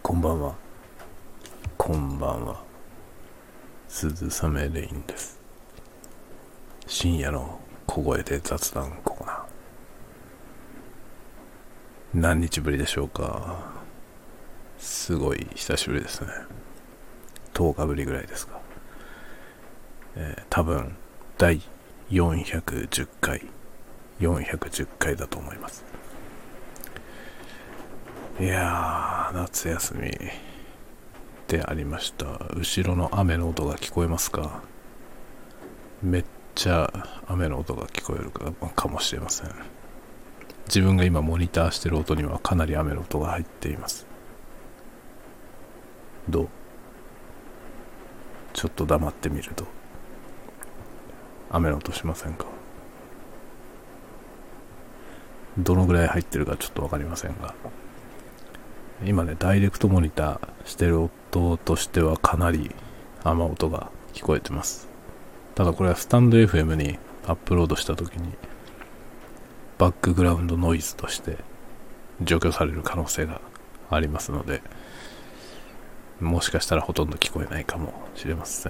こんばんは。こんばんは。鈴雨レインです。深夜の小声で雑談コーナー。何日ぶりでしょうか。すごい久しぶりですね。10日ぶりぐらいですか。多分第410回だと思います。いやー、夏休みでありました。後ろの雨の音が聞こえますか？めっちゃ雨の音が聞こえるかもしれません。自分が今モニターしてる音にはかなり雨の音が入っています。どう？ちょっと黙ってみると雨の音しませんか？どのぐらい入ってるかちょっとわかりませんが、今ね、ダイレクトモニターしてる音としてはかなり雨音が聞こえてます。ただこれはスタンド FM にアップロードした時にバックグラウンドノイズとして除去される可能性がありますので、もしかしたらほとんど聞こえないかもしれません。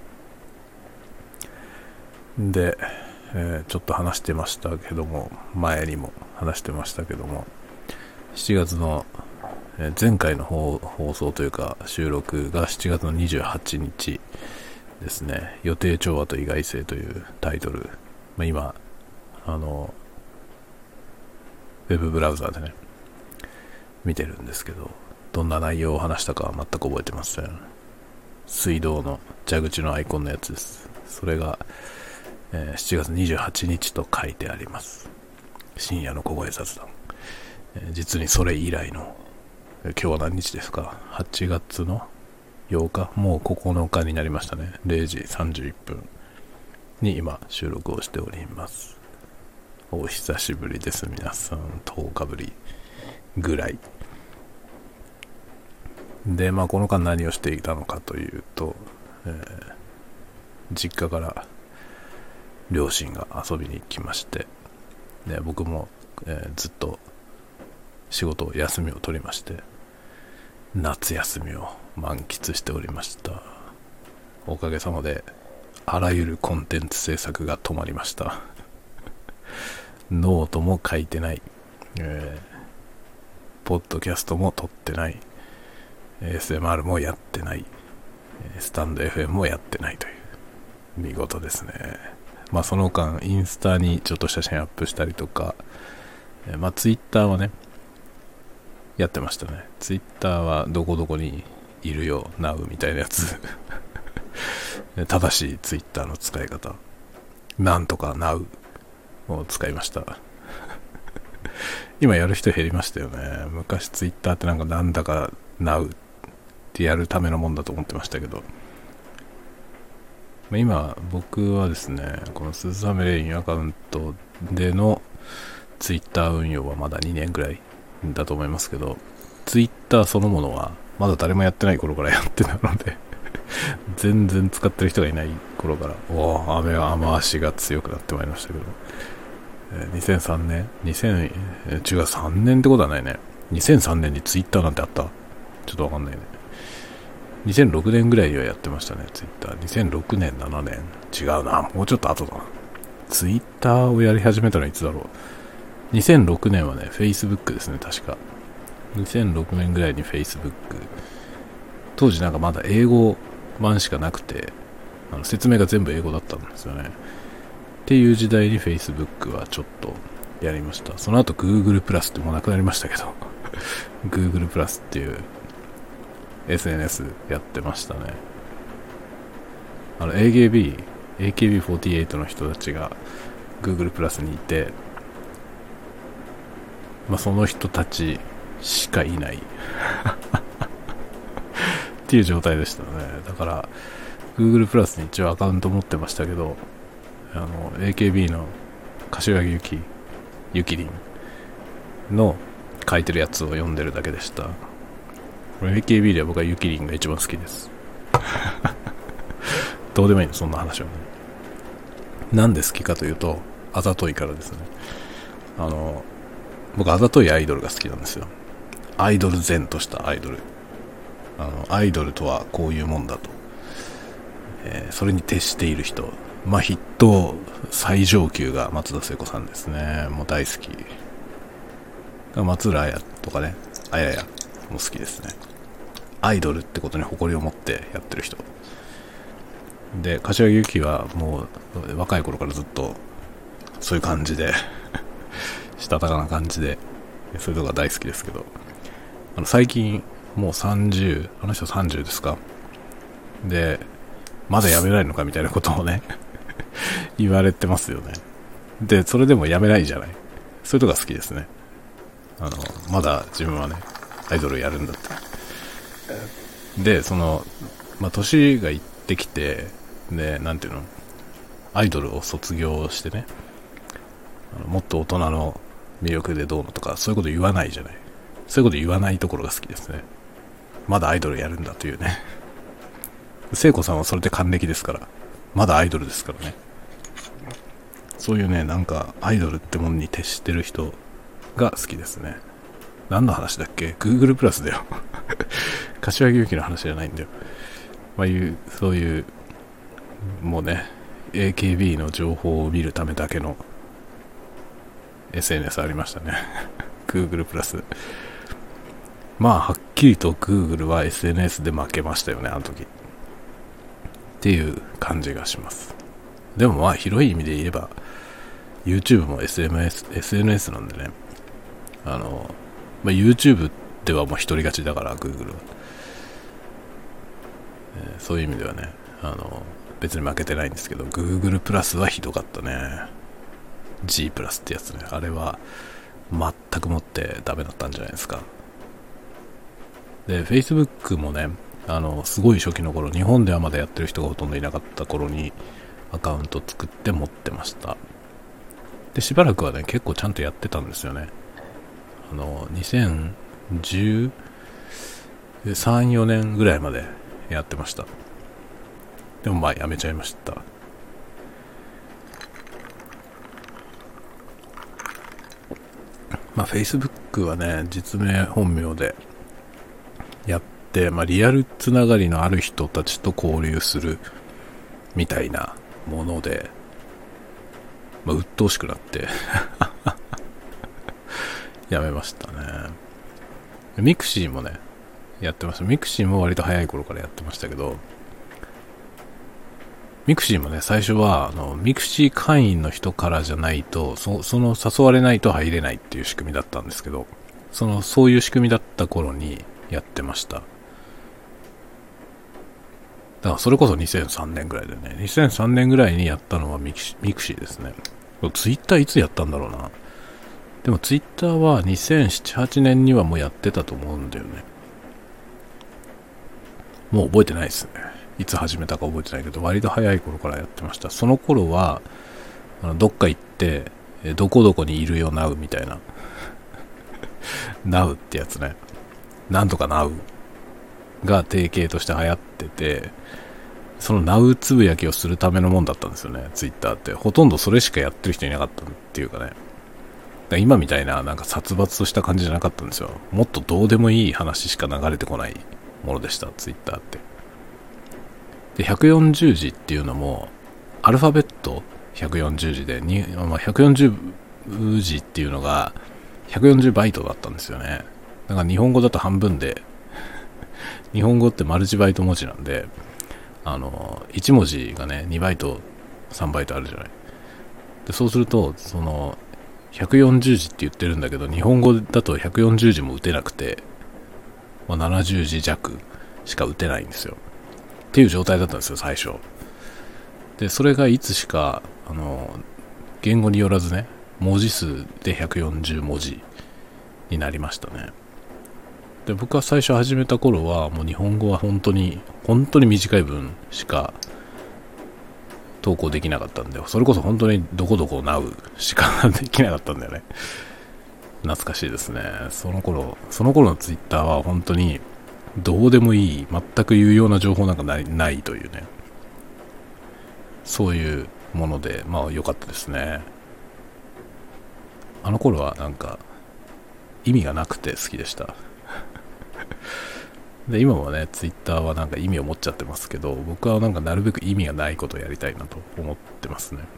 で、ちょっと話してましたけども、前にも話してましたけども、7月の前回の放送というか収録が7月の28日ですね。予定調和と意外性というタイトル、今ウェブブラウザーでね見てるんですけど、どんな内容を話したかは全く覚えてません。水道の蛇口のアイコンのやつです。それが、7月28日と書いてあります。深夜の小声雑談、実にそれ以来の、今日は何日ですか？ 8 月の8日、もう9日になりましたね。0時31分に今収録をしております。お久しぶりです、皆さん。10日ぶりぐらいで、この間何をしていたのかというと、実家から両親が遊びに来まして、で僕も、ずっと仕事休みを取りまして、夏休みを満喫しておりました。おかげさまであらゆるコンテンツ制作が止まりましたノートも書いてない、ポッドキャストも撮ってない、ASMR もやってない、スタンド FM もやってないという、見事ですね。その間インスタにちょっと写真アップしたりとか、ツイッターはねやってましたね。ツイッターはどこどこにいるよ Now みたいなやつ正しいツイッターの使い方、なんとか Now を使いました今やる人減りましたよね。昔ツイッターってなんだか Now ってやるためのもんだと思ってましたけど、今僕はですね、この鈴雨レインアカウントでのツイッター運用はまだ2年ぐらいだと思いますけど、ツイッターそのものはまだ誰もやってない頃からやってたので全然使ってる人がいない頃から、雨足が強くなってまいりましたけど、2003年違う3年ってことはないね。2003年にツイッターなんてあった？ちょっとわかんないね。2006年ぐらいにはやってましたね、ツイッター。2006年7年違うな、もうちょっと後だな。ツイッターをやり始めたのはいつだろう。2006年はね、Facebook ですね、確か。2006年ぐらいに Facebook。当時まだ英語版しかなくて、説明が全部英語だったんですよね。っていう時代に Facebook はちょっとやりました。その後 Google プラスってもうなくなりましたけどGoogle プラスっていう SNS やってましたね。AKB48 の人たちが Google プラスにいて、その人たちしかいないっていう状態でしたね。だから Google プラスに一応アカウント持ってましたけど、AKB の柏木ゆきりんの書いてるやつを読んでるだけでした。AKB では僕はゆきりんが一番好きですどうでもいいの、そんな話はね。なんで好きかというと、あざといからですね。僕あざといアイドルが好きなんですよ。アイドル前としたアイドル。 アイドルとはこういうもんだと、それに徹している人、まあ筆頭最上級が松田聖子さんですね。もう大好き。松浦綾とかね、あややも好きですね。アイドルってことに誇りを持ってやってる人で、柏木由紀はもう若い頃からずっとそういう感じでしたたかな感じで、そういうのが大好きですけど、最近もう30、あの人30ですかで、まだ辞めないのかみたいなことをね言われてますよね。で、それでも辞めないじゃない。そういうとこが好きですね。まだ自分はね、アイドルやるんだって。で、まあ、年がいってきて、で、なんていうの、アイドルを卒業してね、もっと大人の魅力でどうのとか、そういうこと言わないじゃない。そういうこと言わないところが好きですね。まだアイドルやるんだというね。聖子さんはそれで還暦ですから、まだアイドルですからね。そういうね、なんかアイドルってものに徹してる人が好きですね。何の話だっけ？ Google プラスだよ柏木由紀の話じゃないんだよ。まあそういうもうね、 AKB の情報を見るためだけの SNS ありましたねGoogle プラス。まあはっきりと Google は SNS で負けましたよね、あの時っていう感じがします。でもまあ広い意味で言えば YouTube も SNS なんでね、まあ、YouTube ではもう一人勝ちだから Google は、そういう意味ではね、別に負けてないんですけど、 Google プラスはひどかったね。 G プラスってやつね、あれは全くもってダメだったんじゃないですか。で Facebook もね、すごい初期の頃、日本ではまだやってる人がほとんどいなかった頃にアカウント作って持ってました。でしばらくはね結構ちゃんとやってたんですよね。2013、4年ぐらいまでやってました。でもまあやめちゃいました。まあ Facebook はね、実名本名でやって、まあリアルつながりのある人たちと交流するみたいなもので、まあ鬱陶しくなってやめましたね。ミクシーもねやってました。ミクシーも割と早い頃からやってましたけど、ミクシーもね最初はミクシー会員の人からじゃないとその誘われないと入れないっていう仕組みだったんですけど、そういう仕組みだった頃にやってました。だからそれこそ2003年ぐらいでね、2003年ぐらいにやったのはミクシーですね。ツイッターいつやったんだろうな。でもツイッターは2007、8年にはもうやってたと思うんだよね。もう覚えてないですね。いつ始めたか覚えてないけど、割と早い頃からやってました。その頃はどっか行ってどこどこにいるよナウみたいなナウってやつね、なんとかナウが定型として流行ってて、そのナウつぶやきをするためのもんだったんですよね。ツイッターってほとんどそれしかやってる人いなかったっていうかね、今みたいななんか殺伐とした感じじゃなかったんですよ。もっとどうでもいい話しか流れてこないものでした、ツイッターって。で140字っていうのもアルファベット140字で140字っていうのが140バイトだったんですよね。だから日本語だと半分で日本語ってマルチバイト文字なんで、1文字がね2バイト3バイトあるじゃない。でそうすると140字って言ってるんだけど、日本語だと140字も打てなくて、70字弱しか打てないんですよっていう状態だったんですよ最初で。それがいつしか言語によらずね、文字数で140文字になりましたね。で僕は最初始めた頃はもう日本語は本当に短い文しか投稿できなかったんで、それこそ本当にどこどこなうしかできなかったんだよね。懐かしいですね。その頃のツイッターは本当にどうでもいい、全く有用な情報なんかないというね、そういうもので、まあ良かったですね。あの頃はなんか意味がなくて好きでしたで、今もね、ツイッターはなんか意味を持っちゃってますけど、僕はなんかなるべく意味がないことをやりたいなと思ってますね。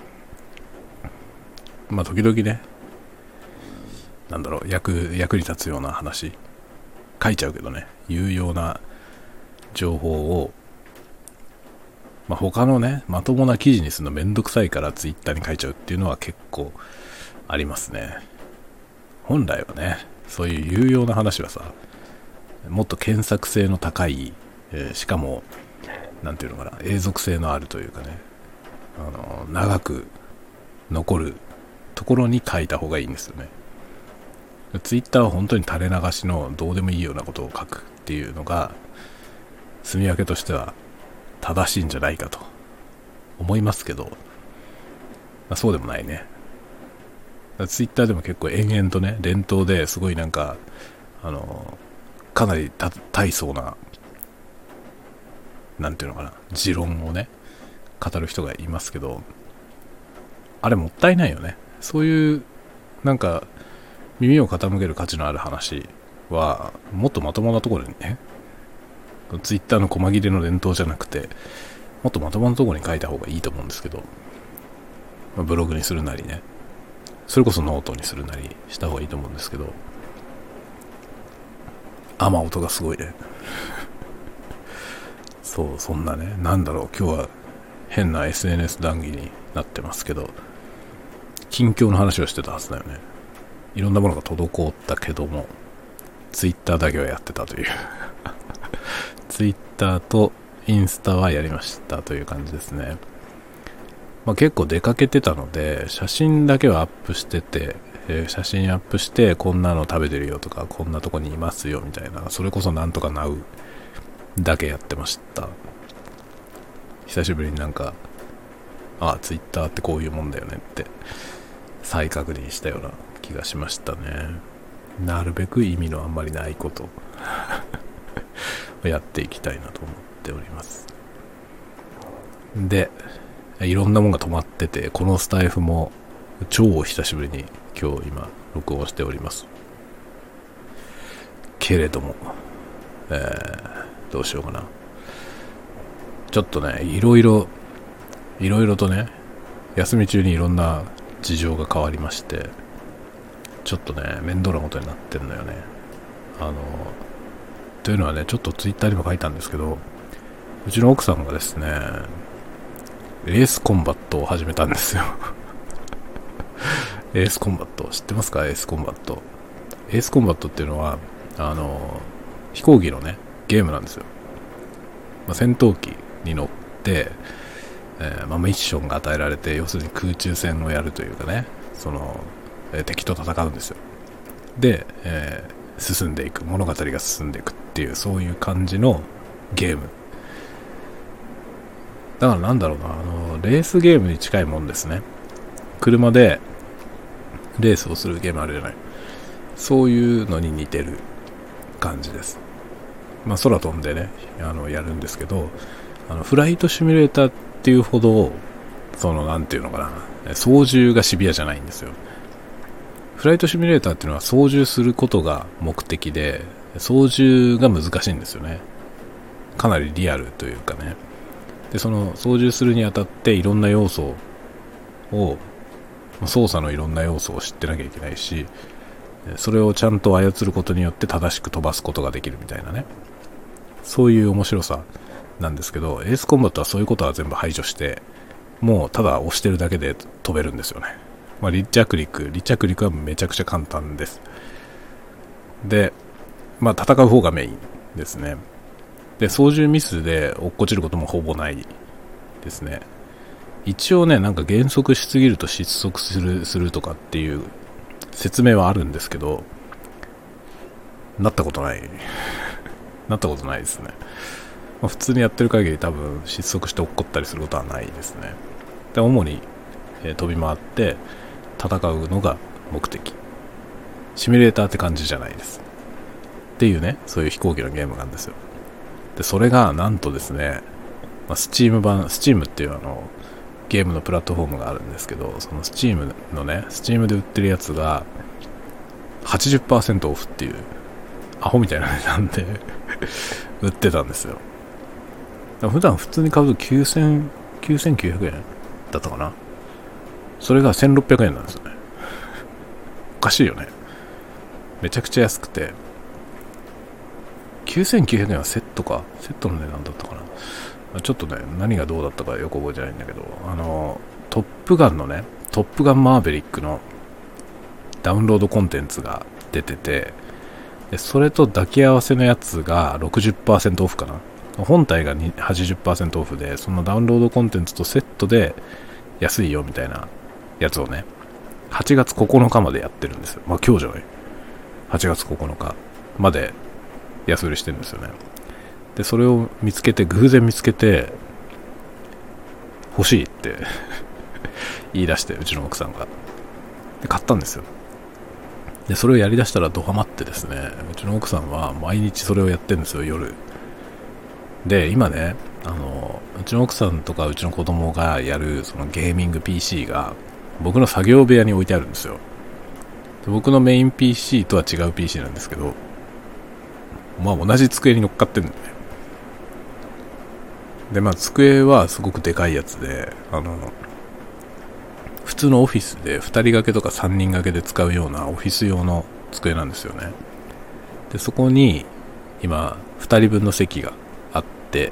まあ時々ね、なんだろう、役に立つような話書いちゃうけどね、有用な情報を、まあ、他のね、まともな記事にするのめんどくさいからツイッターに書いちゃうっていうのは結構ありますね。本来はね、そういう有用な話はさ、もっと検索性の高い、しかもなんていうのかな、永続性のあるというかね、長く残るところに書いた方がいいんですよね。ツイッターは本当に垂れ流しのどうでもいいようなことを書くっていうのが住み分けとしては正しいんじゃないかと思いますけど、まあ、そうでもないね。ツイッターでも結構延々とね、連投ですごいなんかかなり大層な、なんていうのかな、持論をね語る人がいますけど、あれもったいないよね。そういうなんか耳を傾ける価値のある話はもっとまともなところにね、ツイッターの細切れの連投じゃなくてもっとまともなところに書いた方がいいと思うんですけど、まあ、ブログにするなりね、それこそノートにするなりした方がいいと思うんですけど、雨音がすごいねそう、そんなね、なんだろう、今日は変な SNS 談義になってますけど、近況の話をしてたはずだよね。いろんなものが滞ったけども、ツイッターだけはやってたというツイッターとインスタはやりましたという感じですね。まあ、結構出かけてたので写真だけはアップしてて、写真アップしてこんなの食べてるよとかこんなとこにいますよみたいな、それこそなんとかなうだけやってました。久しぶりになんか、ああツイッターってこういうもんだよねって再確認したような気がしましたね。なるべく意味のあんまりないことをやっていきたいなと思っております。で、いろんなもんが止まってて、このスタイフも超久しぶりに今日今録音しておりますけれども、どうしようかな。ちょっとね、いろいろとね、休み中にいろんな事情が変わりまして、ちょっとね面倒なことになってるのよね。というのはね、ちょっとツイッターにも書いたんですけど、うちの奥さんがですね、エースコンバットを始めたんですよエースコンバット知ってますか？エースコンバット。エースコンバットっていうのは飛行機のねゲームなんですよ。まあ、戦闘機に乗って、まあ、ミッションが与えられて、要するに空中戦をやるというかね、その、敵と戦うんですよ。で、進んでいく、物語が進んでいくっていう、そういう感じのゲームだから、なんだろうな、レースゲームに近いもんですね。車でレースをするゲームあるじゃない。そういうのに似てる感じです。まあ空飛んでね、やるんですけど、フライトシミュレーターっていうほど、そのなんていうのかな、操縦がシビアじゃないんですよ。フライトシミュレーターっていうのは操縦することが目的で、操縦が難しいんですよね。かなりリアルというかね。で、その操縦するにあたっていろんな要素を、操作のいろんな要素を知ってなきゃいけないし、それをちゃんと操ることによって正しく飛ばすことができるみたいなね。そういう面白さなんですけど、エースコンバットはそういうことは全部排除して、もうただ押してるだけで飛べるんですよね。まあ、離着陸はめちゃくちゃ簡単です。で、まあ戦う方がメインですね。で、操縦ミスで落っこちることもほぼないですね。一応ね、なんか減速しすぎると失速するとかっていう説明はあるんですけど、なったことないですね。まあ、普通にやってる限り多分失速して落っこったりすることはないですね。で、主に、飛び回って戦うのが目的。シミュレーターって感じじゃないです。っていうね、そういう飛行機のゲームなんですよ。で、それがなんとですね、まあ、Steam っていうゲームのプラットフォームがあるんですけど、その Steam のね、Steam で売ってるやつが 80% オフっていうアホみたいな値段で売ってたんですよ。普段普通に買うと9900円だったかな。それが1600円なんですよね。おかしいよね。めちゃくちゃ安くて、9900円はセットの値段だったかな。ちょっとね、何がどうだったかよく覚えてないんだけど、トップガンのね、トップガンマーベリックのダウンロードコンテンツが出てて、でそれと抱き合わせのやつが 60% オフかな。本体が 80% オフで、そのダウンロードコンテンツとセットで安いよみたいなやつをね、8月9日までやってるんですよ。まあ今日じゃない。8月9日まで安売りしてるんですよね。で、それを偶然見つけて、欲しいって言い出して、うちの奥さんが。で、買ったんですよ。で、それをやりだしたらドハマってですね、うちの奥さんは毎日それをやってるんですよ、夜。で、今ね、うちの奥さんとかうちの子供がやるそのゲーミング PC が僕の作業部屋に置いてあるんですよ。で、僕のメイン PC とは違う PC なんですけど、まあ同じ机に乗っかってるんでね。で、まあ机はすごくでかいやつで、普通のオフィスで2人掛けとか3人掛けで使うようなオフィス用の机なんですよね。で、そこに今2人分の席があって、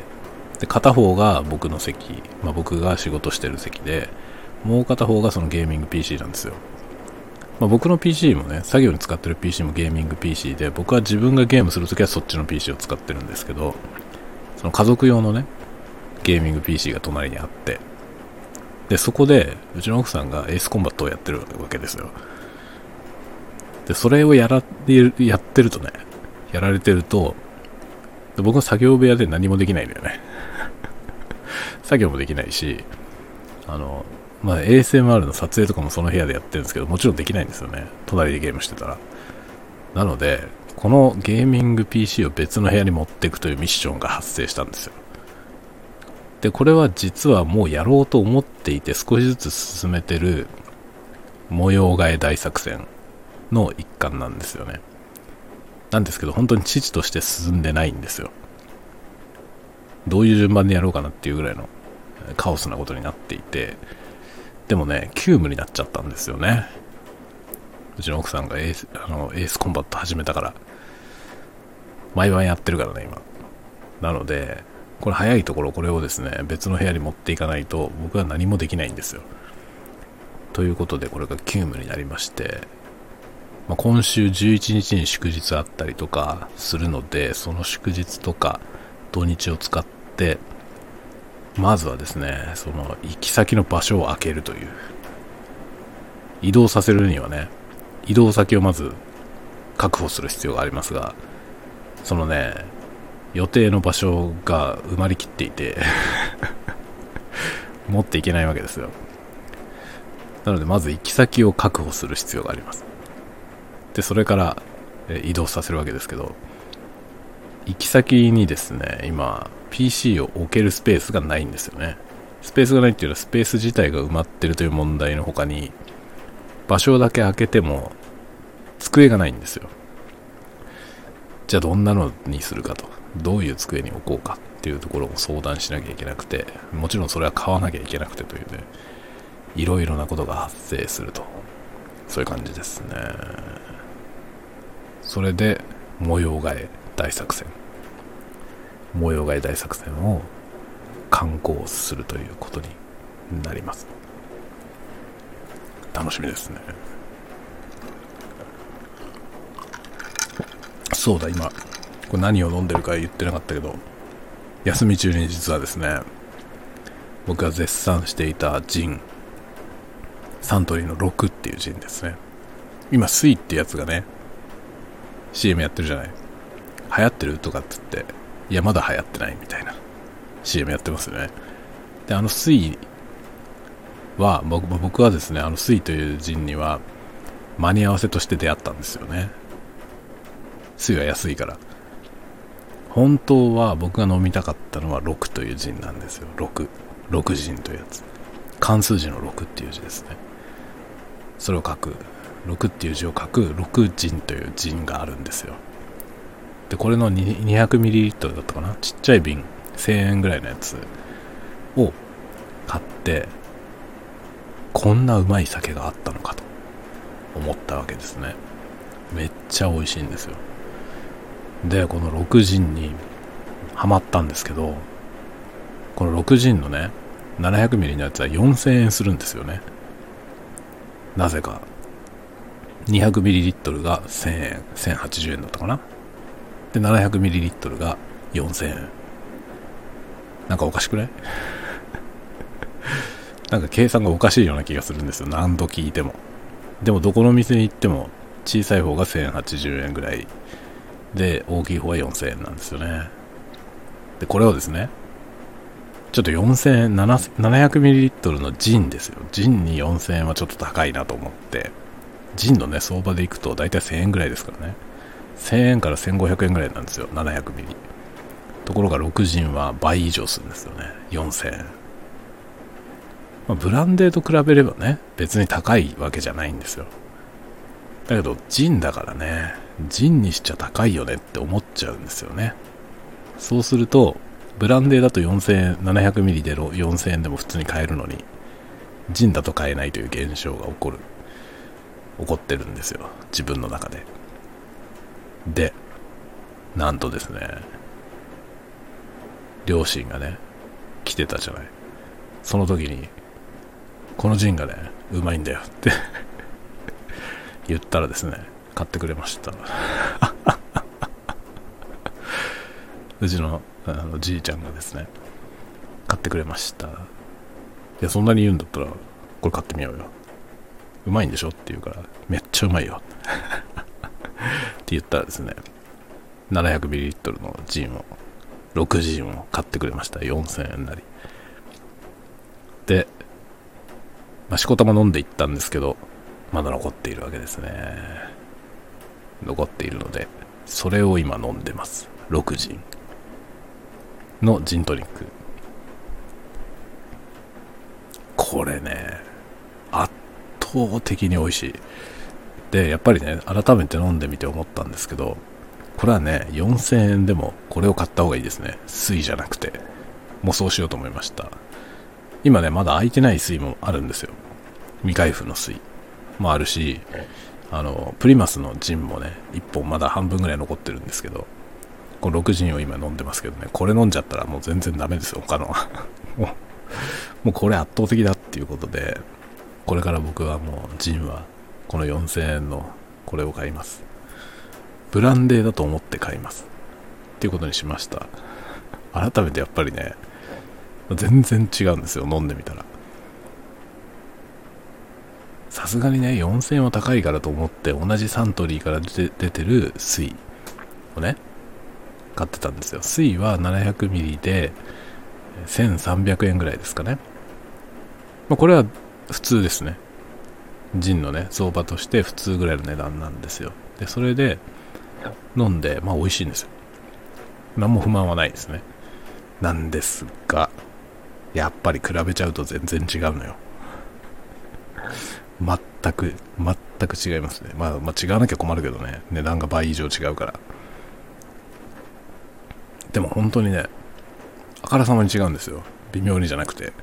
で、片方が僕の席、まあ僕が仕事してる席で、もう片方がそのゲーミング PC なんですよ。まあ僕の PC もね、作業に使ってる PC もゲーミング PC で、僕は自分がゲームするときはそっちの PC を使ってるんですけど、その家族用のね、ゲーミング PC が隣にあって、で、そこでうちの奥さんがエースコンバットをやってるわけですよ。で、それをやってるとね、やられてると、で、僕の作業部屋で何もできないんだよね。作業もできないし、まあ、ASMR の撮影とかもその部屋でやってるんですけど、もちろんできないんですよね。隣でゲームしてたら。なので、このゲーミング PC を別の部屋に持っていくというミッションが発生したんですよ。で、これは実はもうやろうと思っていて少しずつ進めてる模様替え大作戦の一環なんですよね。なんですけど、本当に父として進んでないんですよ。どういう順番でやろうかなっていうぐらいのカオスなことになっていて、でもね、急務になっちゃったんですよね。うちの奥さんがエースコンバット始めたから、毎晩やってるからね、今。なので、これ早いところこれをですね、別の部屋に持っていかないと僕は何もできないんですよ。ということで、これが急務になりまして、まあ、今週11日に祝日あったりとかするので、その祝日とか土日を使って、まずはですね、その行き先の場所を開けるという。移動させるにはね、移動先をまず確保する必要がありますが、そのね、予定の場所が埋まりきっていて持っていけないわけですよ。なのでまず行き先を確保する必要があります。で、それから移動させるわけですけど、行き先にですね、今 PC を置けるスペースがないんですよね。スペースがないっていうのはスペース自体が埋まってるという問題の他に、場所だけ開けても机がないんですよ。じゃあどんなのにするかと、どういう机に置こうかっていうところを相談しなきゃいけなくて、もちろんそれは買わなきゃいけなくてというね、いろいろなことが発生すると、そういう感じですね。それで模様替え大作戦を敢行するということになります。楽しみですね。そうだ、今これ何を飲んでるか言ってなかったけど、休み中に実はですね、僕が絶賛していたジン、サントリーの6っていうジンですね。今スイってやつがね CM やってるじゃない。流行ってるとかっつって、いやまだ流行ってないみたいな CM やってますよね。で、スイは僕はですね、スイというジンには間に合わせとして出会ったんですよね。スイは安いから。本当は僕が飲みたかったのは6というジンなんですよ。6ジンというやつ、漢数字の6っていう字ですね。それを書く6っていう字を書く6ジンというジンがあるんですよ。 で、これの 200ml だったかな、ちっちゃい瓶、1000円ぐらいのやつを買って、こんなうまい酒があったのかと思ったわけですね。めっちゃ美味しいんですよ。で、この6ジンにハマったんですけど、この6ジンのね、700ml のやつは4000円するんですよね。なぜか。200ml が1000円、1080円だったかな。で、700ml が4000円。なんかおかしくない？なんか計算がおかしいような気がするんですよ。何度聞いても。でもどこの店に行っても小さい方が1080円ぐらいで、大きい方は4000円なんですよね。で、これをですね、ちょっと4000円、700ml のジンですよ。ジンに4000円はちょっと高いなと思って、ジンのね、相場でいくと大体1000円ぐらいですからね。1000円から1500円ぐらいなんですよ、700ミリ。ところが6ジンは倍以上するんですよね、4000円。ブランデーと比べればね、別に高いわけじゃないんですよ。だけど、ジンだからね、ジンにしちゃ高いよねって思っちゃうんですよね。そうすると、ブランデーだと4000円、700ミリで4000円でも普通に買えるのに、ジンだと買えないという現象が起こってるんですよ、自分の中で。で、なんとですね、両親がね、来てたじゃない。その時に、このジンがね、うまいんだよって言ったらですね、買ってくれました。うちのじいちゃんがですね、買ってくれました。いや、そんなに言うんだったら、これ買ってみようよ。うまいんでしょって言うから、めっちゃうまいよって言ったらですね、700ml のジンを、6ジンを買ってくれました。4000円なり。で、しこたま飲んでいったんですけど、まだ残っているわけですね。残っているので、それを今飲んでます。6ジンのジントニック。これね、圧倒的に美味しい。で、やっぱりね、改めて飲んでみて思ったんですけど、これはね、4000円でもこれを買った方がいいですね。水じゃなくて。もうそうしようと思いました。今ね、まだ空いてない水もあるんですよ。未開封の水もあるし、プリマスのジンもね、1本まだ半分ぐらい残ってるんですけど、この6ジンを今飲んでますけどね、これ飲んじゃったらもう全然ダメですよ、他のは。もうこれ圧倒的だっていうことで、これから僕はもうジンはこの4000円のこれを買います。ブランデーだと思って買いますっていうことにしました。改めてやっぱりね、全然違うんですよ、飲んでみたら。さすがにね、4000円は高いからと思って同じサントリーから出てる水をね、買ってたんですよ。水は 700ml で1300円ぐらいですかね。これは普通ですね。ジンのね、相場として普通ぐらいの値段なんですよ。で、それで飲んで、美味しいんですよ。何も不満はないですね。なんですが、やっぱり比べちゃうと全然違うのよ。全く違いますね。違わなきゃ困るけどね。値段が倍以上違うから。でも本当にね、あからさまに違うんですよ。微妙にじゃなくて。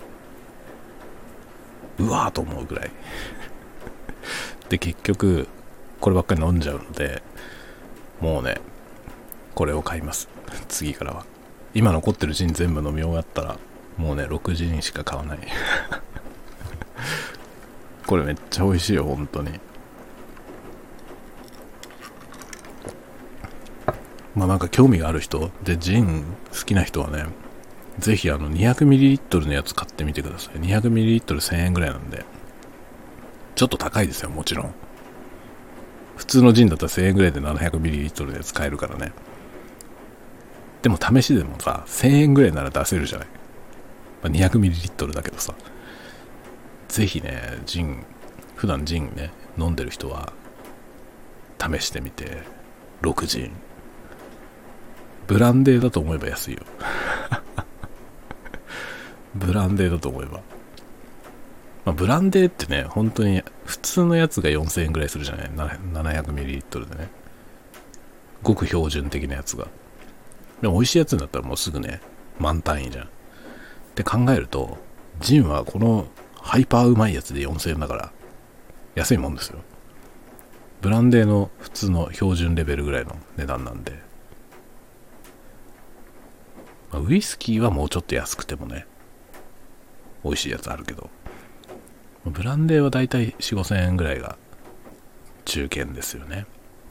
うわーと思うぐらい。で、結局、こればっかり飲んじゃうので、もうね、これを買います。次からは。今残ってるジン全部飲み終わったら、もうね、6ジンしか買わない。これめっちゃ美味しいよ、本当に。なんか興味がある人で、ジン好きな人はね、ぜひ200ml のやつ買ってみてください。200ml1000 円ぐらいなんで。ちょっと高いですよ、もちろん。普通のジンだったら1000円ぐらいで 700ml のやつ買えるからね。でも試しでもさ、1000円ぐらいなら出せるじゃない。200ml だけどさ。ぜひね、普段ジンね、飲んでる人は、試してみて、6ジン。ブランデーだと思えば安いよ。ブランデーだと思えば。ブランデーってね、本当に普通のやつが4000円ぐらいするじゃない ?700ml でね。 ごく標準的なやつが。でも美味しいやつになったらもうすぐね、満単位じゃん。って考えると、ジンはこのハイパーうまいやつで4000円だから、安いもんですよ。ブランデーの普通の標準レベルぐらいの値段なんで。まあ、ウイスキーはもうちょっと安くてもね、美味しいやつあるけど、ブランデーはだいたい4、5千円ぐらいが中堅ですよね。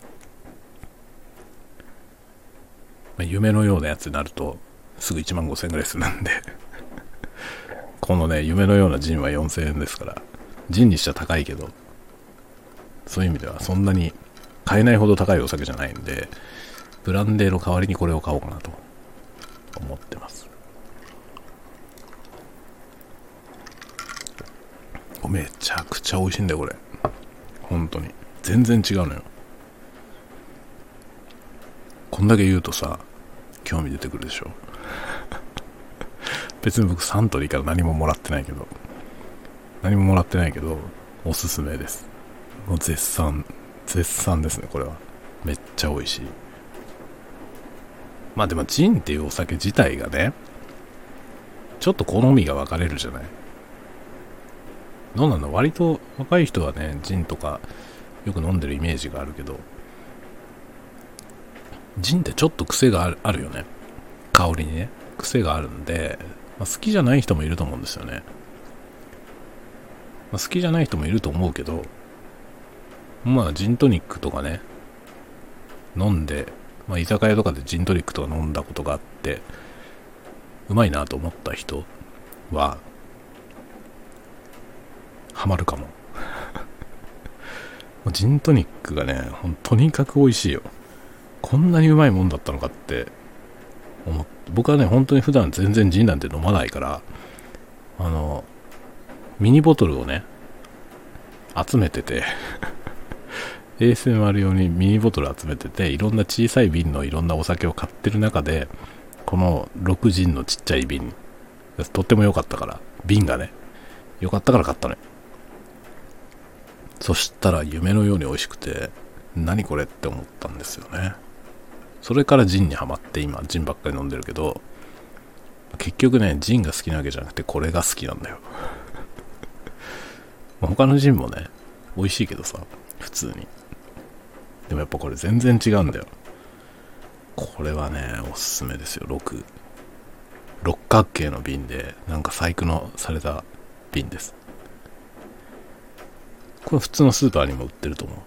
まあ、夢のようなやつになるとすぐ1万5千円ぐらいするんでこのね、夢のようなジンは4000円ですから、ジンにしちゃ高いけど、そういう意味ではそんなに買えないほど高いお酒じゃないんで、ブランデーの代わりにこれを買おうかなと思ってます。めちゃくちゃ美味しいんだよこれ。本当に全然違うのよ。こんだけ言うとさ、興味出てくるでしょ別に僕サントリーから何ももらってないけどおすすめです。もう絶賛ですね。これはめっちゃ美味しい。まあでもジンっていうお酒自体がね、ちょっと好みが分かれるじゃない。どうなんだ、割と若い人はね、ジンとかよく飲んでるイメージがあるけど、ジンってちょっと癖があるよね。香りにね、癖があるんで、まあ、好きじゃない人もいると思うんですよね。まあ、好きじゃない人もいると思うけど、まあジントニックとかね、飲んで、まあ居酒屋とかでジントニックとか飲んだことがあって、うまいなと思った人は、ハマるかも。ジントニックがね、とにかく美味しいよ。こんなにうまいもんだったのかって思って、僕はね、本当に普段全然ジンなんて飲まないから、ミニボトルをね、集めててASMR 用にミニボトル集めてて、いろんな小さい瓶のいろんなお酒を買ってる中で、この6ジンのちっちゃい瓶、とっても良かったから、瓶がね、良かったから買ったのよ。そしたら夢のように美味しくて、何これって思ったんですよね。それからジンにハマって、今ジンばっかり飲んでるけど、結局ね、ジンが好きなわけじゃなくてこれが好きなんだよ他のジンもね、美味しいけどさ、普通に。でもやっぱこれ全然違うんだよ。これはね、おすすめですよ。六角形の瓶で、なんか細工のされた瓶です。これ普通のスーパーにも売ってると思う。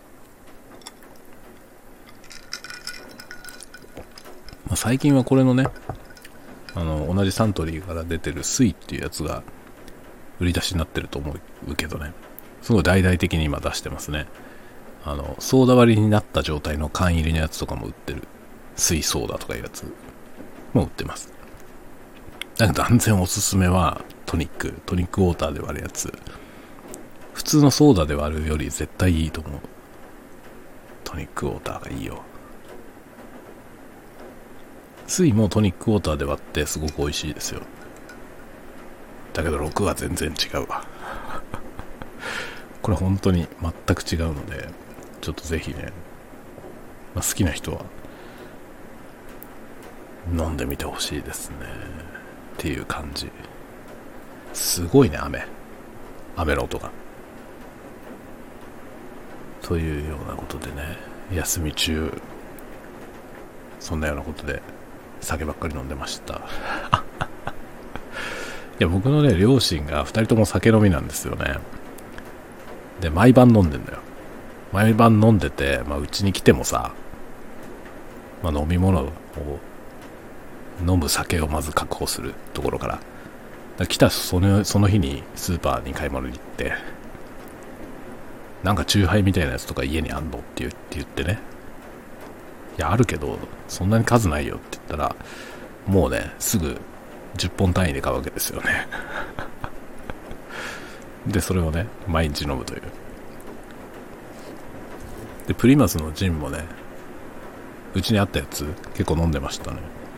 まあ、最近はこれのね、同じサントリーから出てるスイっていうやつが売り出しになってると思うけどね、すごい大々的に今出してますね。ソーダ割りになった状態の缶入りのやつとかも売ってる。水ソーダとかいうやつも売ってます。だけど断然おすすめはトニックウォーターで割るやつ。普通のソーダで割るより絶対いいと思う。トニックウォーターがいいよ。水もトニックウォーターで割ってすごく美味しいですよ。だけど6は全然違うわこれ本当に全く違うので、ちょっとぜひね、好きな人は飲んでみてほしいですねっていう感じ。すごいね、雨の音が。というようなことでね、休み中そんなようなことで酒ばっかり飲んでましたいや、僕のね、両親が2人とも酒飲みなんですよね。で、毎晩飲んでんだよ。毎晩飲んでて、うちに来てもさ、飲み物を飲む酒をまず確保するところから、来たその日にスーパーに買い物に行って、なんかチューハイみたいなやつとか家にあんのって言ってね、いやあるけどそんなに数ないよって言ったら、もうね、すぐ10本単位で買うわけですよねでそれをね、毎日飲むという。でプリマスのジンもね、うちにあったやつ結構飲んでましたね。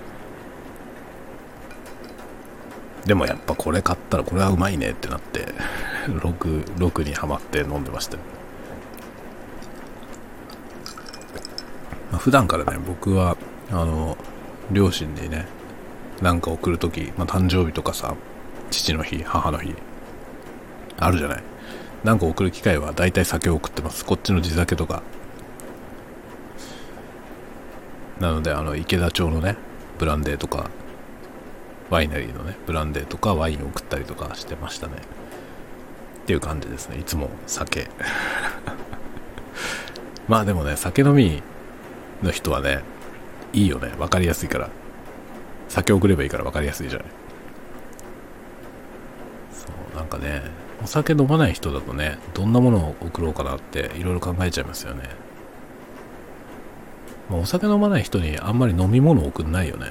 でもやっぱこれ買ったらこれはうまいねってなって6にハマって飲んでましたよ。 普段からね、僕は両親にね、なんか送るとき、誕生日とかさ、父の日、母の日あるじゃない。なんか送る機会はだいたい酒を送ってます。こっちの地酒とか。なので池田町のねブランデーとか、ワイナリーのねブランデーとかワインを送ったりとかしてましたね。っていう感じですね。いつも酒まあでもね、酒飲みの人はね、いいよね。わかりやすいから。酒送ればいいからわかりやすいじゃない。そう、なんかね、お酒飲まない人だとね、どんなものを送ろうかなっていろいろ考えちゃいますよね。お酒飲まない人にあんまり飲み物を送んないよね。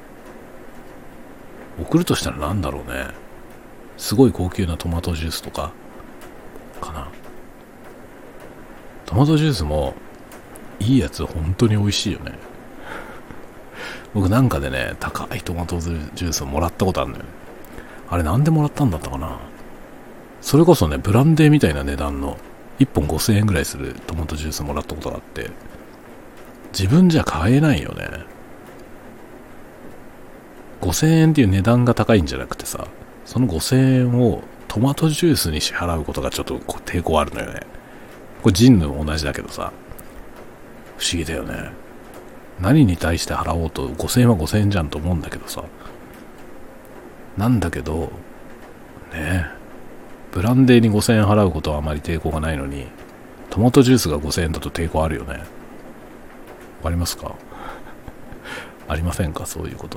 送るとしたらなんだろうね。すごい高級なトマトジュースとかかな。トマトジュースもいいやつ本当に美味しいよね。僕なんかでね、高いトマトジュースをもらったことあるんだよね。あれなんでもらったんだったかな。それこそね、ブランデーみたいな値段の1本5000円ぐらいするトマトジュースもらったことがあって、自分じゃ買えないよね。5000円っていう値段が高いんじゃなくてさ、その5000円をトマトジュースに支払うことがちょっと抵抗あるのよね。これジンも同じだけどさ、不思議だよね。何に対して払おうと5000円は5000円じゃんと思うんだけどさ、なんだけどね、ブランデーに5000円払うことはあまり抵抗がないのに、トマトジュースが5000円だと抵抗あるよね。わかりますか？ありませんか？そういうこと。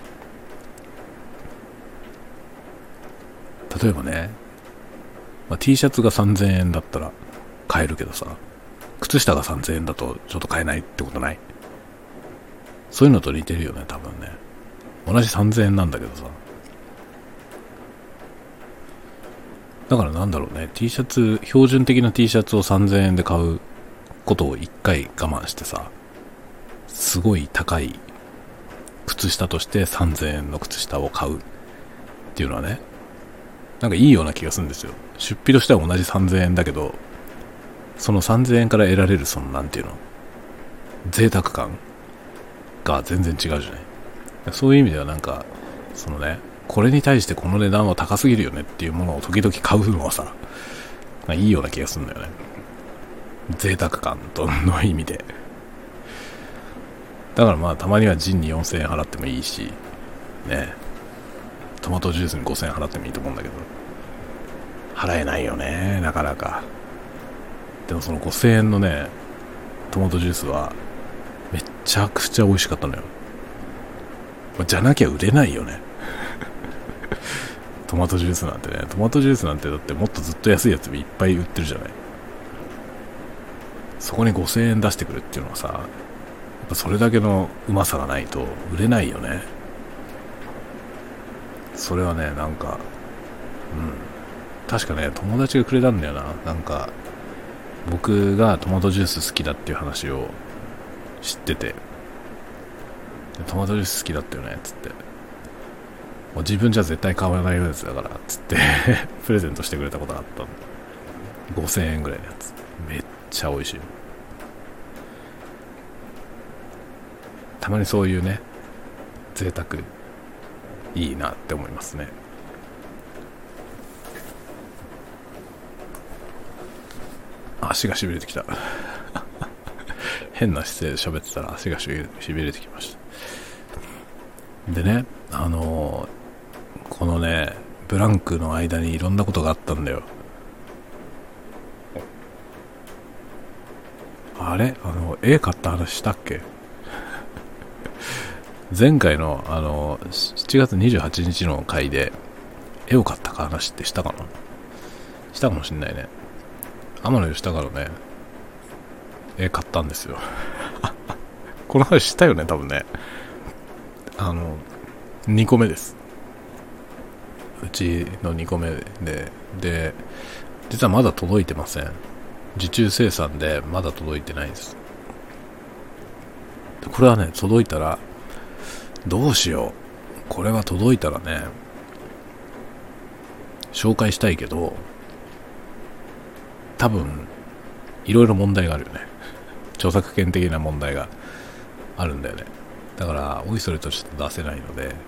例えばね、T シャツが3000円だったら買えるけどさ、靴下が3000円だとちょっと買えないってことない？そういうのと似てるよね、多分ね。同じ3000円なんだけどさ。だからなんだろうね、T シャツ、標準的な T シャツを3000円で買うことを1回我慢してさ、すごい高い靴下として3000円の靴下を買うっていうのはね、なんかいいような気がするんですよ。出費としては同じ3000円だけど、その3000円から得られるそのなんていうの、贅沢感が全然違うじゃない。そういう意味ではなんか、そのね、これに対してこの値段は高すぎるよねっていうものを時々買うのはさ、いいような気がするんだよね。贅沢感との意味で。だからたまにはジンに4000円払ってもいいし、ね、トマトジュースに5000円払ってもいいと思うんだけど、払えないよね、なかなか。でもその5000円のね、トマトジュースはめちゃくちゃ美味しかったのよ。じゃなきゃ売れないよね。トマトジュースなんてね、トマトジュースなんてだってもっとずっと安いやついっぱい売ってるじゃない。そこに5000円出してくるっていうのはさ、やっぱそれだけのうまさがないと売れないよね。それはね、なんか、確かね、友達がくれたんだよな。なんか、僕がトマトジュース好きだっていう話を知ってて、トマトジュース好きだったよね、つって。もう自分じゃ絶対買わないやつだから、つってプレゼントしてくれたことがあったの。5000円ぐらいのやつ。めっちゃ美味しい。たまにそういうね、贅沢、いいなって思いますね。足がしびれてきた変な姿勢で喋ってたら足がしびれてきました。でね、このね、ブランクの間にいろんなことがあったんだよ。あれ、絵買った話したっけ？前回の7月28日の回で絵を買った話ってしたかな？したかもしんないね。天野義高のね、絵買ったんですよ。この話したよね、多分ね。2個目です。うちの2個目で、実はまだ届いてません。受注生産でまだ届いてないです。これはね、届いたら、どうしよう。これは届いたらね、紹介したいけど、多分いろいろ問題があるよね。 著作権的な問題があるんだよね。だからおいそれとして出せないので、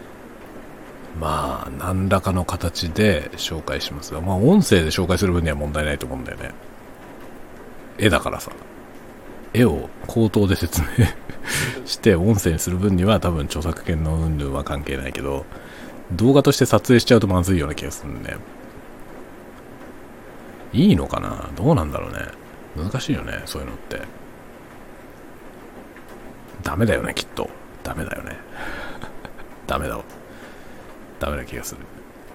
まあ何らかの形で紹介しますが、まあ音声で紹介する分には問題ないと思うんだよね。絵だからさ、絵を口頭で説明して音声にする分には多分著作権の云々は関係ないけど、動画として撮影しちゃうとまずいような気がするんで、いいのかな、どうなんだろうね。難しいよね、そういうのって。ダメだよね、きっと。ダメだよね。ダメだわ。ダメな気がする。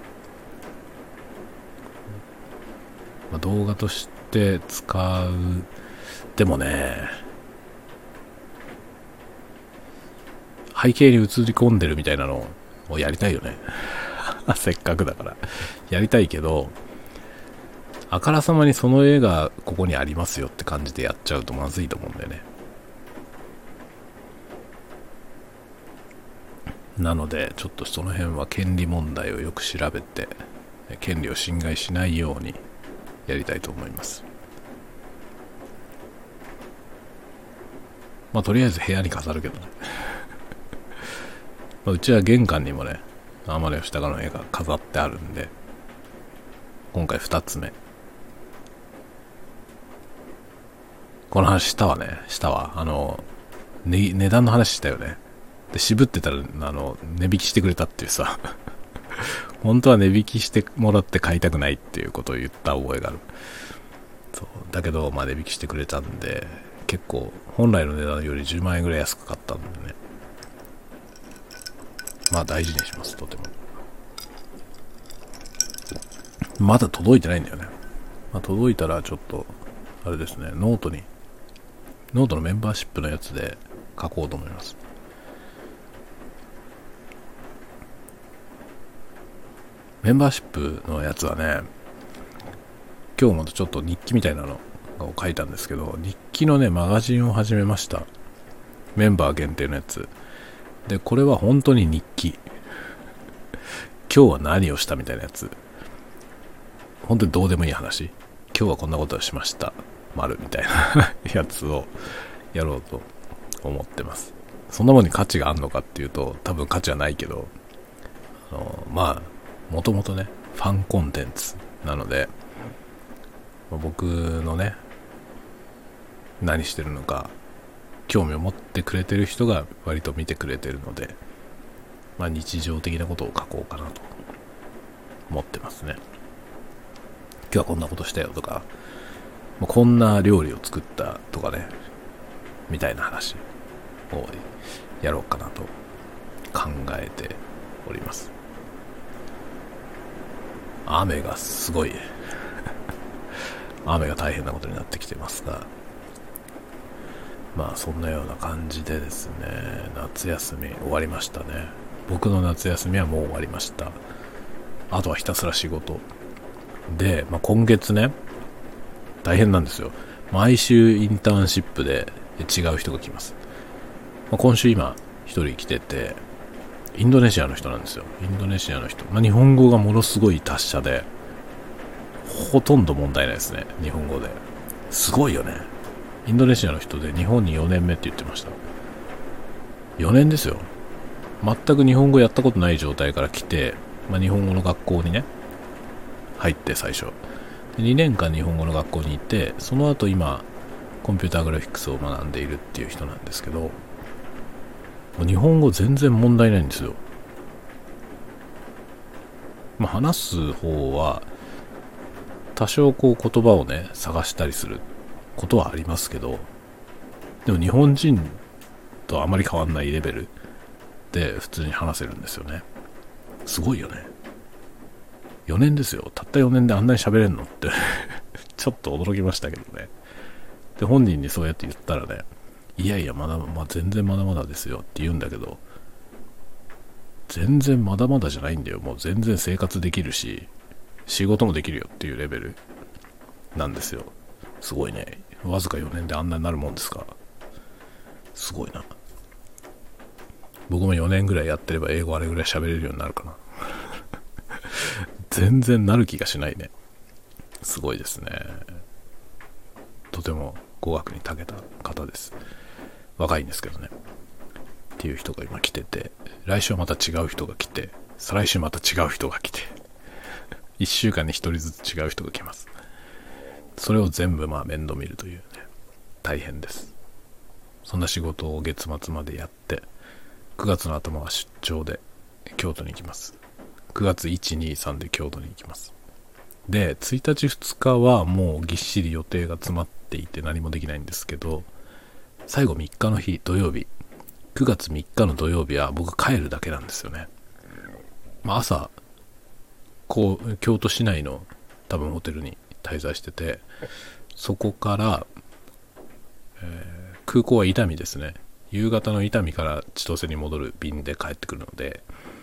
まあ、動画として使う。でもね、背景に映り込んでるみたいなのをやりたいよね。せっかくだから。やりたいけど、あからさまにその絵がここにありますよって感じでやっちゃうとまずいと思うんだよね。なのでちょっとその辺は権利問題をよく調べて、権利を侵害しないようにやりたいと思います。まあとりあえず部屋に飾るけどね。まあうちは玄関にもね、天野義高の絵が飾ってあるんで、今回2つ目。この話したわ値段の話したよね。で渋ってたら値引きしてくれたっていうさ本当は値引きしてもらって買いたくないっていうことを言った覚えがある。そうだけどまあ値引きしてくれたんで、結構本来の値段より10万円ぐらい安く買ったんでね、まあ大事にします。とてもまだ届いてないんだよね。まあ、届いたらちょっとあれですね、ノートのメンバーシップのやつで書こうと思います。メンバーシップのやつはね、今日もちょっと日記みたいなのを書いたんですけど、日記のねマガジンを始めました。メンバー限定のやつで、これは本当に日記、今日は何をしたみたいなやつ、本当にどうでもいい話、今日はこんなことをしました丸みたいなやつをやろうと思ってます。そんなものに価値があるのかっていうと多分価値はないけど、まあもともとねファンコンテンツなので、僕のね何してるのか興味を持ってくれてる人が割と見てくれてるので、まあ日常的なことを書こうかなと思ってますね。今日はこんなことしたよとか、こんな料理を作ったとかね、みたいな話をやろうかなと考えております。雨がすごい雨が大変なことになってきてますが、まあそんなような感じでですね、夏休み終わりましたね。僕の夏休みはもう終わりました。あとはひたすら仕事で、今月ね大変なんですよ。毎週インターンシップで違う人が来ます。今週今一人来てて、インドネシアの人なんですよ。インドネシアの人、日本語がものすごい達者で、ほとんど問題ないですね、日本語で。すごいよね。インドネシアの人で日本に4年目って言ってました。4年ですよ。全く日本語やったことない状態から来て、日本語の学校にね入って、最初で2年間日本語の学校にいて、その後今コンピューターグラフィックスを学んでいるっていう人なんですけど、もう日本語全然問題ないんですよ。話す方は多少言葉をね探したりすることはありますけど、でも日本人とあまり変わんないレベルで普通に話せるんですよね。すごいよね。4年ですよ。たった4年であんなに喋れんのってちょっと驚きましたけどね。で本人にそうやって言ったらね、いやいや全然まだまだですよって言うんだけど、全然まだまだじゃないんだよ。もう全然生活できるし仕事もできるよっていうレベルなんですよ。すごいね。わずか4年であんなになるもんですか。すごいな。僕も4年ぐらいやってれば英語あれぐらい喋れるようになるかな全然なる気がしないね。すごいですね。とても語学に長けた方です。若いんですけどね。っていう人が今来てて、来週はまた違う人が来て、再来週また違う人が来て、1週間に1人ずつ違う人が来ます。それを全部面倒見るというね、大変です。そんな仕事を月末までやって、9月の頭は出張で京都に行きます。9月1、2、3で京都に行きます。で、1日2日はもうぎっしり予定が詰まっていて何もできないんですけど、最後3日の日、土曜日、9月3日の土曜日は僕帰るだけなんですよね。朝、京都市内の多分ホテルに滞在してて、そこから、空港は伊丹ですね。夕方の伊丹から千歳に戻る便で帰ってくるので、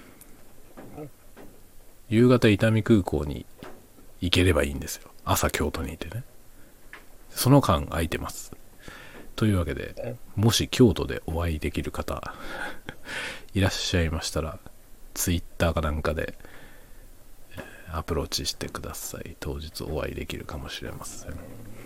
夕方伊丹空港に行ければいいんですよ。朝京都にいてね。その間空いてます。というわけで、もし京都でお会いできる方いらっしゃいましたら、ツイッターかなんかでアプローチしてください。当日お会いできるかもしれません。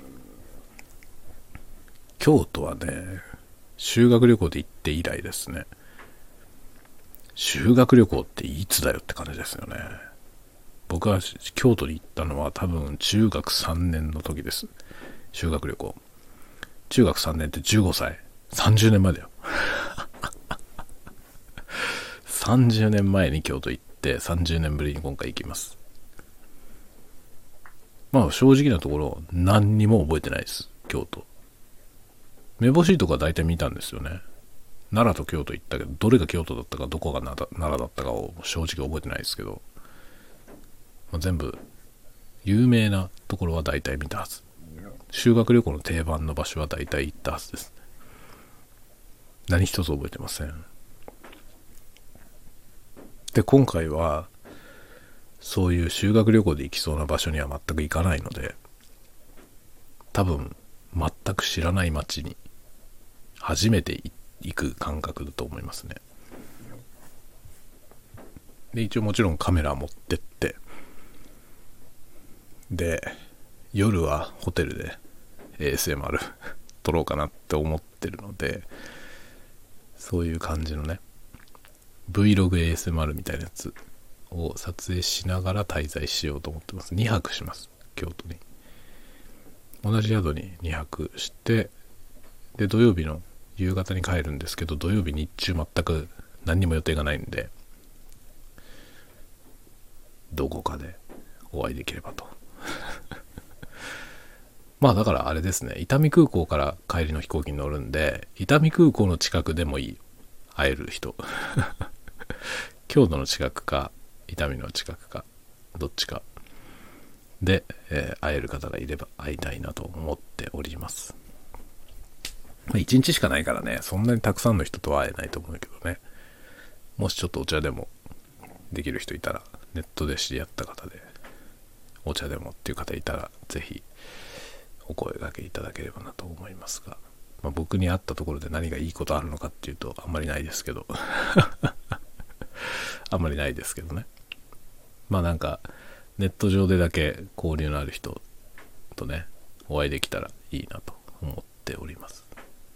京都はね、修学旅行で行って以来ですね。修学旅行っていつだよって感じですよね。僕は京都に行ったのは多分中学3年の時です。修学旅行。中学3年って15歳。30年前だよ。30年前に京都行って30年ぶりに今回行きます。正直なところ何にも覚えてないです。京都。目星とか大体見たんですよね。奈良と京都行ったけど、どれが京都だったかどこが奈良だったかを正直覚えてないですけど、全部有名なところは大体見たはず。修学旅行の定番の場所は大体行ったはずです。何一つ覚えてません。で、今回はそういう修学旅行で行きそうな場所には全く行かないので、多分全く知らない街に初めて行く感覚だと思いますね。で、一応もちろんカメラ持ってって、で、夜はホテルで ASMR 撮ろうかなって思ってるので、そういう感じのね Vlog ASMR みたいなやつを撮影しながら滞在しようと思ってます。2泊します。京都に同じ宿に2泊して、で土曜日の夕方に帰るんですけど、土曜日日中全く何にも予定がないんで、どこかでお会いできればとだからあれですね、伊丹空港から帰りの飛行機に乗るんで、伊丹空港の近くでもいい、会える人京都の近くか伊丹の近くかどっちかで、会える方がいれば会いたいなと思っております。1日しかないからね、そんなにたくさんの人とは会えないと思うけどね。もしちょっとお茶でもできる人いたら、ネットで知り合った方でお茶でもっていう方いたら、ぜひお声掛けいただければなと思いますが、僕に会ったところで何がいいことあるのかっていうとあんまりないですけどあんまりないですけどね。なんかネット上でだけ交流のある人とねお会いできたらいいなと思っております。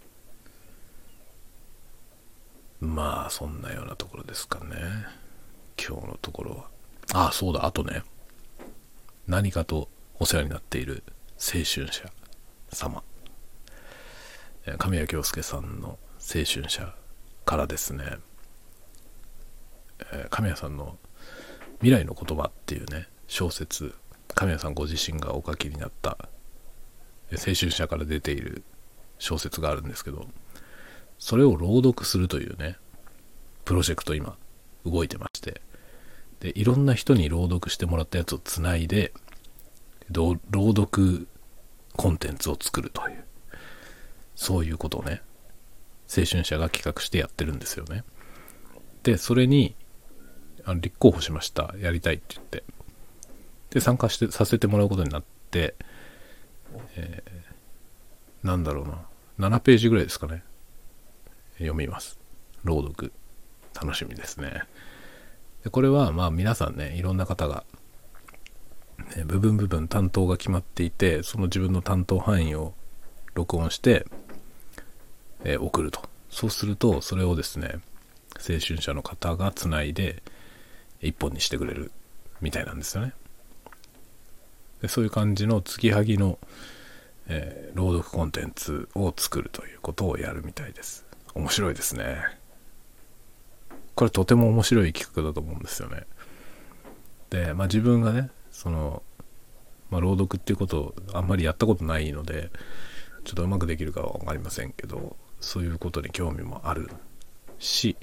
そんなようなところですかね、今日のところは。そうだ、あとね、何かとお世話になっている青春社様、神谷京介さんの青春社からですね、神谷さんの未来の言葉っていうね小説、神谷さんご自身がお書きになった青春社から出ている小説があるんですけど、それを朗読するというねプロジェクト今動いてまして、でいろんな人に朗読してもらったやつをつないで朗読コンテンツを作るという、そういうことをね青春社が企画してやってるんですよね。でそれに立候補しました、やりたいって言って、で参加させてもらうことになって、7ページぐらいですかね読みます。朗読楽しみですね。でこれは皆さんね、いろんな方が、部分担当が決まっていて、その自分の担当範囲を録音して、送ると。そうするとそれをですね、青春者の方がつないで一本にしてくれるみたいなんですよね。でそういう感じの継ぎはぎの、朗読コンテンツを作るということをやるみたいです。面白いですね。これとても面白い企画だと思うんですよね。で、自分がね、朗読っていうことをあんまりやったことないので、ちょっとうまくできるかは分かりませんけど、そういうことに興味もあるし、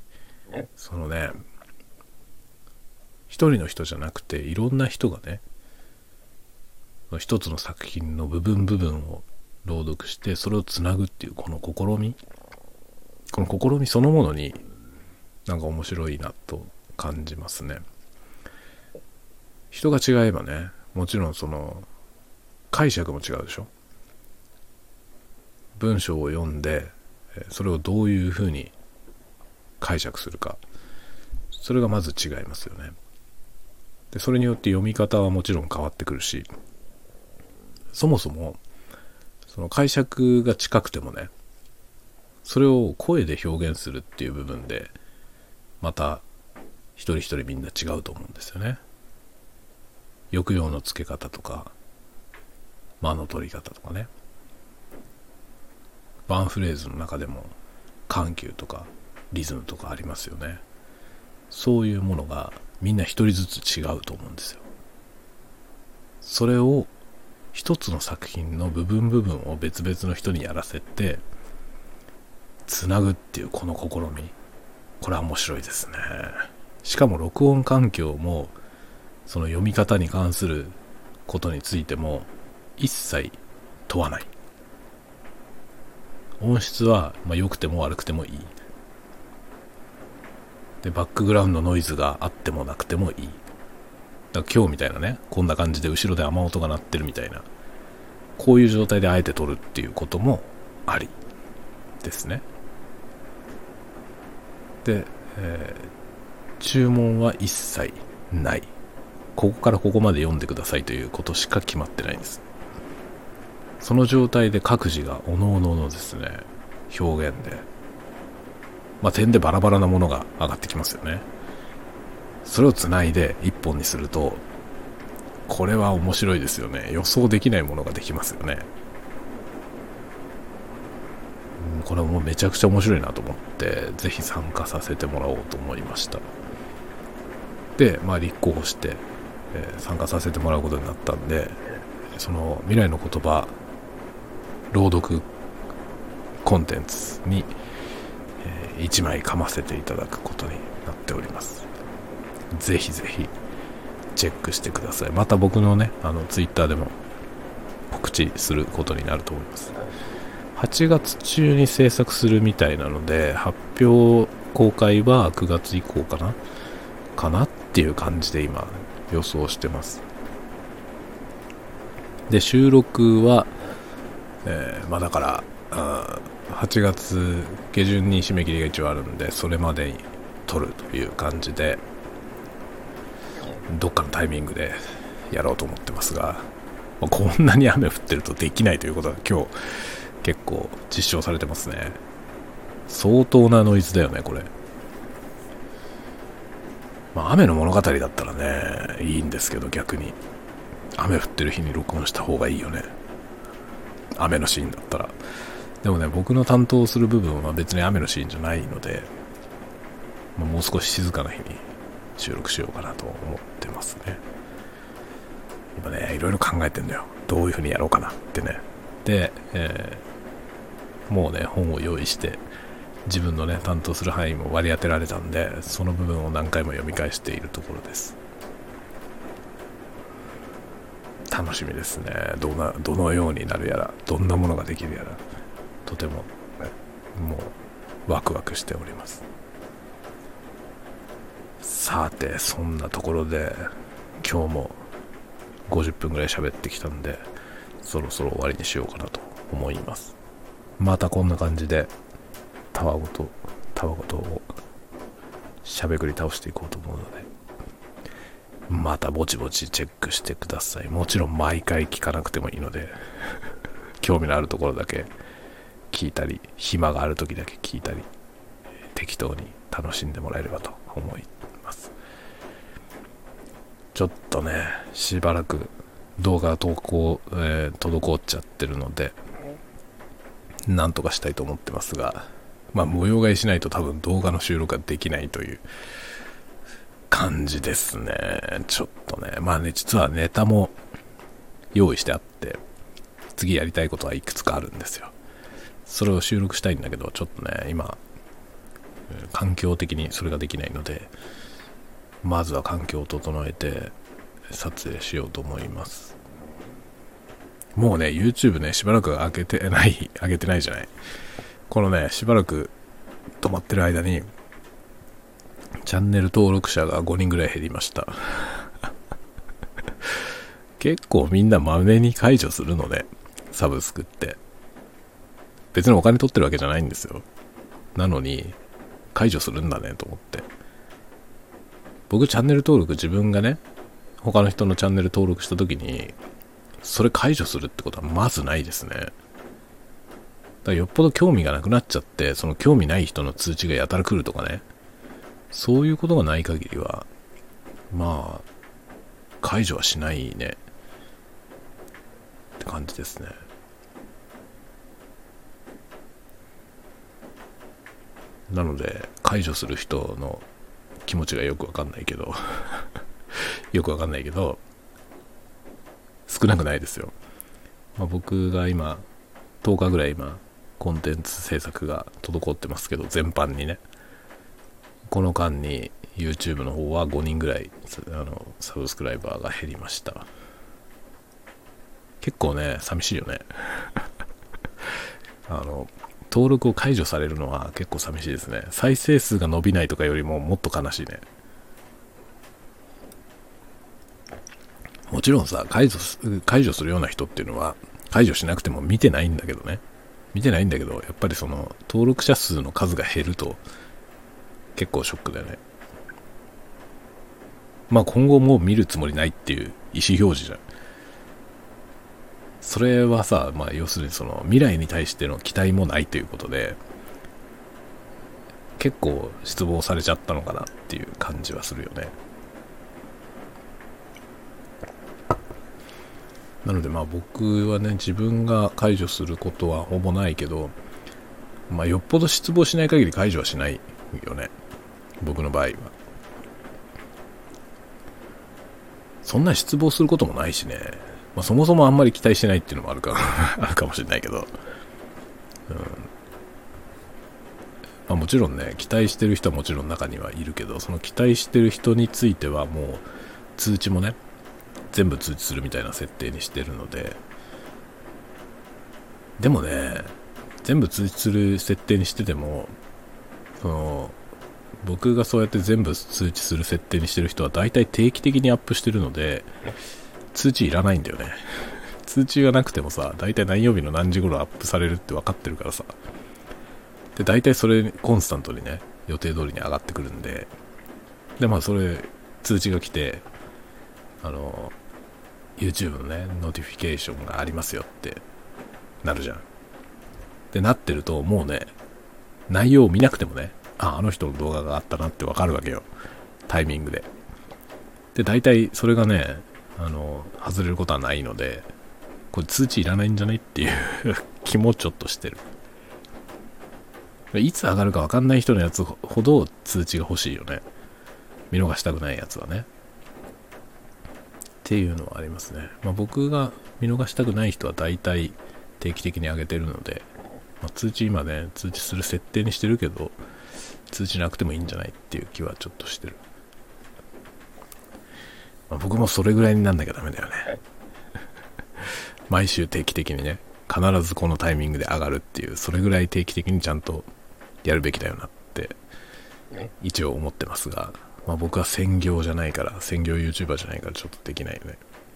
一人の人じゃなくていろんな人がね、一つの作品の部分を朗読してそれをつなぐっていうこの試みそのものになんか面白いなと感じますね。人が違えばね、もちろん解釈も違うでしょ。文章を読んでそれをどういうふうに解釈するか、それがまず違いますよね。でそれによって読み方はもちろん変わってくるし、そもそもその解釈が近くてもね、それを声で表現するっていう部分でまた一人一人みんな違うと思うんですよね。抑揚のつけ方とか間の取り方とかね、ワンフレーズの中でも緩急とかリズムとかありますよね。そういうものがみんな一人ずつ違うと思うんですよ。それを一つの作品の部分を別々の人にやらせてつなぐっていうこの試み、これは面白いですね。しかも録音環境もその読み方に関することについても一切問わない。音質は良くても悪くてもいい。でバックグラウンドノイズがあってもなくてもいい。だから今日みたいなね、こんな感じで後ろで雨音が鳴ってるみたいな、こういう状態であえて撮るっていうこともありですね。で、注文は一切ない。ここからここまで読んでくださいということしか決まってないんです。その状態で各自が各々のですね、表現で点でバラバラなものが上がってきますよね。それをつないで一本にすると、これは面白いですよね。予想できないものができますよね。これはもうめちゃくちゃ面白いなと思って、ぜひ参加させてもらおうと思いました。で、立候補して、参加させてもらうことになったんで、その未来の言葉朗読コンテンツに、1枚噛ませていただくことになっております。ぜひぜひチェックしてください。また僕のね、ツイッターでも告知することになると思います。8月中に制作するみたいなので、発表公開は9月以降かなっていう感じで今予想してます。で収録は、だから8月下旬に締め切りが一応あるんで、それまでに撮るという感じでどっかのタイミングでやろうと思ってますが、こんなに雨降ってるとできないということが今日結構実証されてますね。相当なノイズだよねこれ。雨の物語だったらねいいんですけど、逆に雨降ってる日に録音した方がいいよね、雨のシーンだったら。でもね、僕の担当する部分は別に雨のシーンじゃないので、もう少し静かな日に収録しようかなと思ってますね。今ねいろいろ考えてんだよ、どういう風にやろうかなってね。で、もうね本を用意して自分のね担当する範囲も割り当てられたんで、その部分を何回も読み返しているところです。楽しみですね。どのようになるやら、どんなものができるやら、とてももうワクワクしております。さてそんなところで今日も50分ぐらい喋ってきたんで、そろそろ終わりにしようかなと思います。またこんな感じでたわごとをしゃべくり倒していこうと思うので、またぼちぼちチェックしてください。もちろん毎回聞かなくてもいいので興味のあるところだけ聞いたり、暇がある時だけ聞いたり、適当に楽しんでもらえればと思います。ちょっとね、しばらく動画投稿、滞っちゃってるので、なんとかしたいと思ってますが、模様替えしないと多分動画の収録ができないという感じですね。ちょっとね、実はネタも用意してあって、次やりたいことはいくつかあるんですよ。それを収録したいんだけど、ちょっとね、今、環境的にそれができないので、まずは環境を整えて撮影しようと思います。もうね、YouTube ね、しばらく上げてないじゃない。このね、しばらく止まってる間に、チャンネル登録者が5人ぐらい減りました。結構みんなまめに解除するので、サブスクって。別にお金取ってるわけじゃないんですよ。なのに、解除するんだねと思って。僕チャンネル登録自分がね、他の人のチャンネル登録した時に、それ解除するってことはまずないですね。だからよっぽど興味がなくなっちゃって、その興味ない人の通知がやたら来るとかね、そういうことがない限りは、解除はしないねって感じですね。なので解除する人の気持ちがよくわかんないけど少なくないですよ。僕が今10日ぐらいコンテンツ制作が滞ってますけど、全般にね、この間に YouTube の方は5人ぐらいサブスクライバーが減りました。結構ね、寂しいよね登録を解除されるのは結構寂しいですね。再生数が伸びないとかよりももっと悲しいね。もちろんさ、解除するような人っていうのは解除しなくても見てないんだけど、やっぱりその登録者数の数が減ると結構ショックだよね。今後もう見るつもりないっていう意思表示じゃん。それはさ、要するにその未来に対しての期待もないということで、結構失望されちゃったのかなっていう感じはするよね。なので僕はね、自分が解除することはほぼないけど、よっぽど失望しない限り解除はしないよね、僕の場合は。そんな失望することもないしね、そもそもあんまり期待してないっていうのもあるかあるかもしれないけど、もちろんね、期待してる人はもちろん中にはいるけど、その期待してる人についてはもう通知もね、全部通知するみたいな設定にしてるので、でもね、全部通知する設定にしてても、僕がそうやって全部通知する設定にしてる人は大体定期的にアップしてるので、通知いらないんだよね。通知がなくてもさ、大体何曜日の何時頃アップされるって分かってるからさ。で、大体それコンスタントにね、予定通りに上がってくるんで、で、それ、通知が来て、YouTube のね、ノーティフィケーションがありますよってなるじゃん。で、なってると、もうね、内容を見なくてもね、あの人の動画があったなって分かるわけよ。タイミングで。で、大体それがね、外れることはないので、これ通知いらないんじゃないっていう気もちょっとしてる。いつ上がるか分かんない人のやつほど通知が欲しいよね。見逃したくないやつはね。っていうのはありますね。僕が見逃したくない人は大体定期的に上げてるので、通知今ね、通知する設定にしてるけど、通知なくてもいいんじゃないっていう気はちょっとしてる。僕もそれぐらいになんなきゃダメだよね。毎週定期的にね、必ずこのタイミングで上がるっていう、それぐらい定期的にちゃんとやるべきだよなって一応思ってますが、僕は専業 YouTuber じゃないからちょっとできないよね。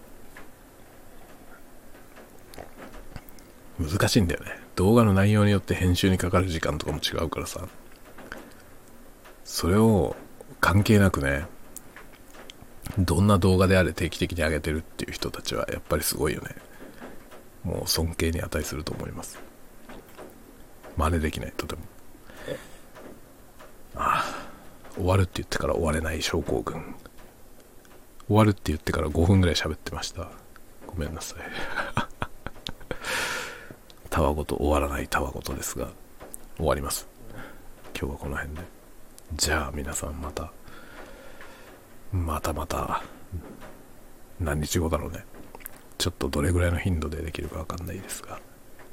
難しいんだよね。動画の内容によって編集にかかる時間とかも違うからさ、それを関係なくね、どんな動画であれ定期的に上げてるっていう人たちはやっぱりすごいよね。もう尊敬に値すると思います。 真似できない、とても。終わるって言ってから終われない症候群。終わるって言ってから5分ぐらい喋ってました。ごめんなさい。たわごと終わらないたわごとですが、終わります。今日はこの辺で。じゃあ皆さんまた何日後だろうね。ちょっとどれぐらいの頻度でできるかわかんないですが、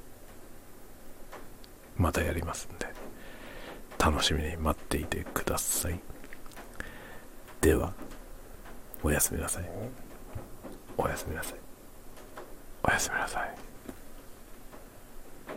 またやりますんで、楽しみに待っていてください。では、おやすみなさい。おやすみなさい。おやすみなさい。